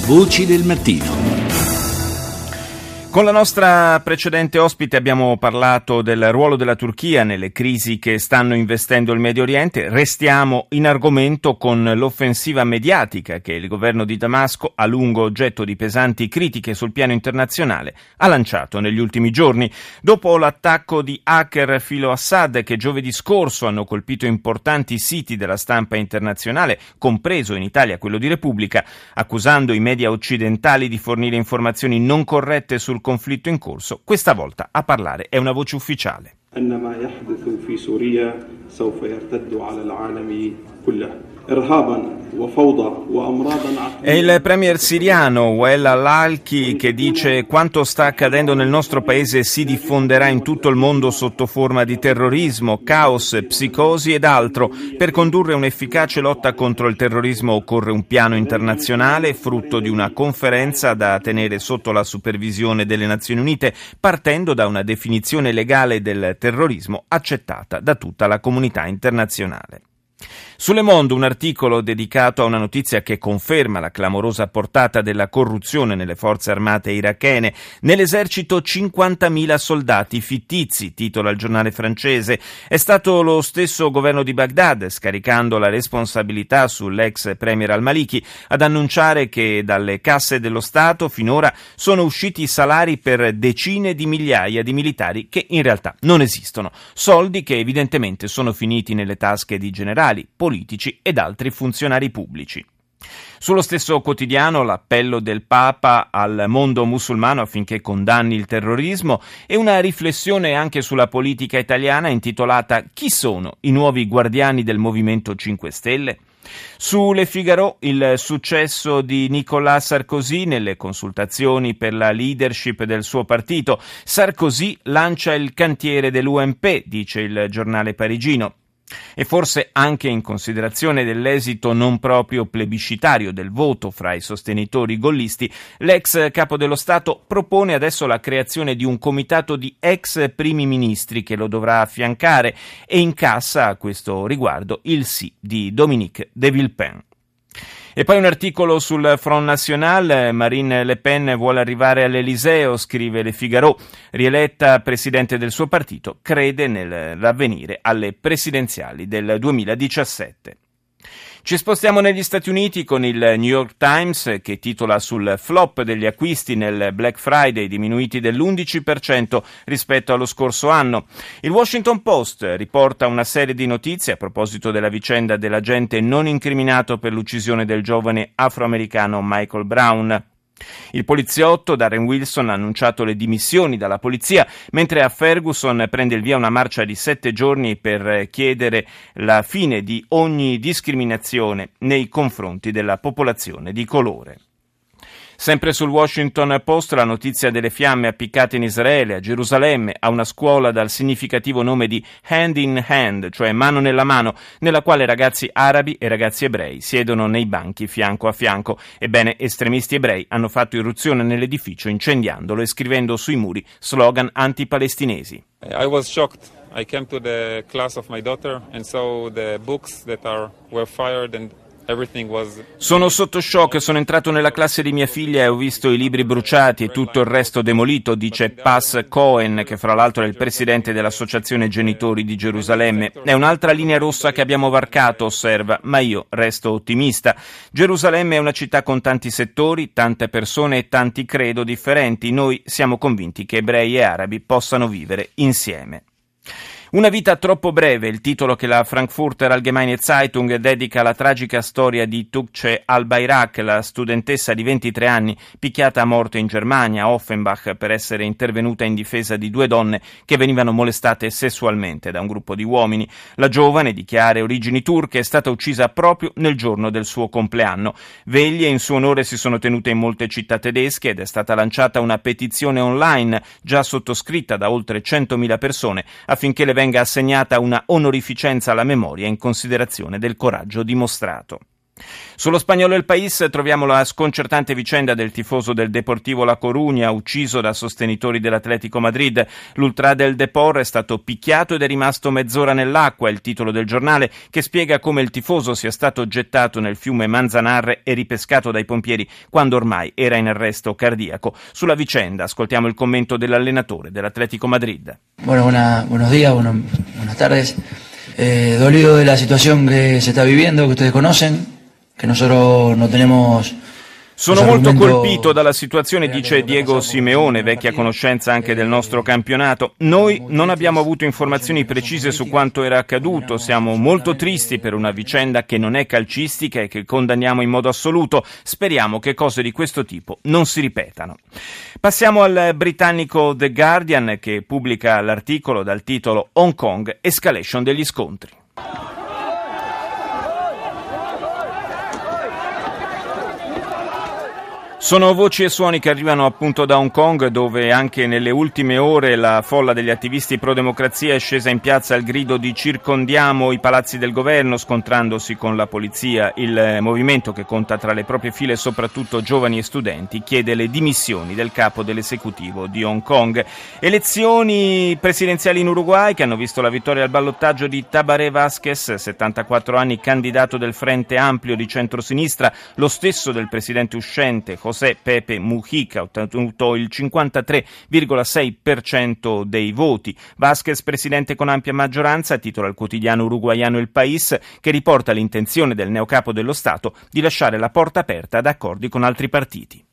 Voci del mattino. Con la nostra precedente ospite abbiamo parlato del ruolo della Turchia nelle crisi che stanno investendo il Medio Oriente. Restiamo in argomento con l'offensiva mediatica che il governo di Damasco, a lungo oggetto di pesanti critiche sul piano internazionale, ha lanciato negli ultimi giorni. Dopo l'attacco di hacker filo Assad che giovedì scorso hanno colpito importanti siti della stampa internazionale, compreso in Italia quello di Repubblica, accusando i media occidentali di fornire informazioni non corrette sul conflitto in corso, questa volta a parlare è una voce ufficiale. أن ما يحدث في سوريا سوف يرتد على العالم كله إرهابا وفوضى وأمراضا عقلية. È il premier siriano Wael al-Alki che dice: quanto sta accadendo nel nostro paese si diffonderà in tutto il mondo sotto forma di terrorismo, caos, psicosi ed altro. Per condurre un'efficace lotta contro il terrorismo occorre un piano internazionale frutto di una conferenza da tenere sotto la supervisione delle Nazioni Unite, partendo da una definizione legale del terrorismo accettata da tutta la comunità internazionale. Su Le Monde un articolo dedicato a una notizia che conferma la clamorosa portata della corruzione nelle forze armate irachene. Nell'esercito 50.000 soldati fittizi, titola il giornale francese. È stato lo stesso governo di Baghdad, scaricando la responsabilità sull'ex premier al-Maliki, ad annunciare che dalle casse dello Stato finora sono usciti salari per decine di migliaia di militari che in realtà non esistono. Soldi che evidentemente sono finiti nelle tasche di generali, politici ed altri funzionari pubblici. Sullo stesso quotidiano l'appello del Papa al mondo musulmano affinché condanni il terrorismo e una riflessione anche sulla politica italiana intitolata «Chi sono i nuovi guardiani del Movimento 5 Stelle?». Su Le Figaro il successo di Nicolas Sarkozy nelle consultazioni per la leadership del suo partito. Sarkozy lancia il cantiere dell'UMP, dice il giornale parigino. E forse anche in considerazione dell'esito non proprio plebiscitario del voto fra i sostenitori gollisti, l'ex capo dello Stato propone adesso la creazione di un comitato di ex primi ministri che lo dovrà affiancare e incassa a questo riguardo il sì di Dominique de Villepin. E poi un articolo sul Front National, Marine Le Pen vuole arrivare all'Eliseo, scrive Le Figaro, rieletta presidente del suo partito, crede nell'avvenire alle presidenziali del 2017. Ci spostiamo negli Stati Uniti con il New York Times che titola sul flop degli acquisti nel Black Friday diminuiti dell'11% rispetto allo scorso anno. Il Washington Post riporta una serie di notizie a proposito della vicenda dell'agente non incriminato per l'uccisione del giovane afroamericano Michael Brown. Il poliziotto Darren Wilson ha annunciato le dimissioni dalla polizia, mentre a Ferguson prende il via una marcia di 7 giorni per chiedere la fine di ogni discriminazione nei confronti della popolazione di colore. Sempre sul Washington Post la notizia delle fiamme appiccate in Israele, a Gerusalemme, a una scuola dal significativo nome di Hand in Hand, cioè mano nella mano, nella quale ragazzi arabi e ragazzi ebrei siedono nei banchi fianco a fianco. Ebbene, estremisti ebrei hanno fatto irruzione nell'edificio incendiandolo e scrivendo sui muri slogan antipalestinesi. I was shocked. I came to the class of my daughter and saw the books that were fired and Sono sotto shock, sono entrato nella classe di mia figlia e ho visto i libri bruciati e tutto il resto demolito, dice Paz Cohen, che fra l'altro è il presidente dell'Associazione Genitori di Gerusalemme. È un'altra linea rossa che abbiamo varcato, osserva, ma io resto ottimista. Gerusalemme è una città con tanti settori, tante persone e tanti credo differenti. Noi siamo convinti che ebrei e arabi possano vivere insieme. Una vita troppo breve, il titolo che la Frankfurter Allgemeine Zeitung dedica alla tragica storia di Tuğçe Albayrak, la studentessa di 23 anni picchiata a morte in Germania, a Offenbach, per essere intervenuta in difesa di 2 donne che venivano molestate sessualmente da un gruppo di uomini. La giovane, di chiare origini turche, è stata uccisa proprio nel giorno del suo compleanno. Veglie in suo onore si sono tenute in molte città tedesche ed è stata lanciata una petizione online, già sottoscritta da oltre 100.000 persone, affinché le venga assegnata una onorificenza alla memoria in considerazione del coraggio dimostrato. Sullo spagnolo El País troviamo la sconcertante vicenda del tifoso del Deportivo La Coruña ucciso da sostenitori dell'Atletico Madrid. L'ultra del Depor è stato picchiato ed è rimasto mezz'ora nell'acqua, è il titolo del giornale, che spiega come il tifoso sia stato gettato nel fiume Manzanar e ripescato dai pompieri quando ormai era in arresto cardiaco. Sulla vicenda ascoltiamo il commento dell'allenatore dell'Atletico Madrid. Bueno, buenos días, buenas tardes. Dolido de la situación que se está viviendo, que ustedes conocen. Que nosotros no tenemos. Sono molto colpito dalla situazione, dice Diego Simeone, vecchia conoscenza anche del nostro campionato. Noi non abbiamo avuto informazioni precise su quanto era accaduto, siamo molto tristi per una vicenda che non è calcistica e che condanniamo in modo assoluto. Speriamo che cose di questo tipo non si ripetano. Passiamo al britannico The Guardian, che pubblica l'articolo dal titolo Hong Kong, escalation degli scontri. Sono voci e suoni che arrivano appunto da Hong Kong, dove anche nelle ultime ore la folla degli attivisti pro-democrazia è scesa in piazza al grido di circondiamo i palazzi del governo, scontrandosi con la polizia. Il movimento, che conta tra le proprie file soprattutto giovani e studenti, chiede le dimissioni del capo dell'esecutivo di Hong Kong. Elezioni presidenziali in Uruguay che hanno visto la vittoria al ballottaggio di Tabaré Vázquez, 74 anni, candidato del Frente Ampio di centrosinistra, lo stesso del presidente uscente José Pepe Mujica, ha ottenuto il 53,6% dei voti. Vázquez, presidente con ampia maggioranza, titola il quotidiano uruguaiano El País, che riporta l'intenzione del neocapo dello Stato di lasciare la porta aperta ad accordi con altri partiti.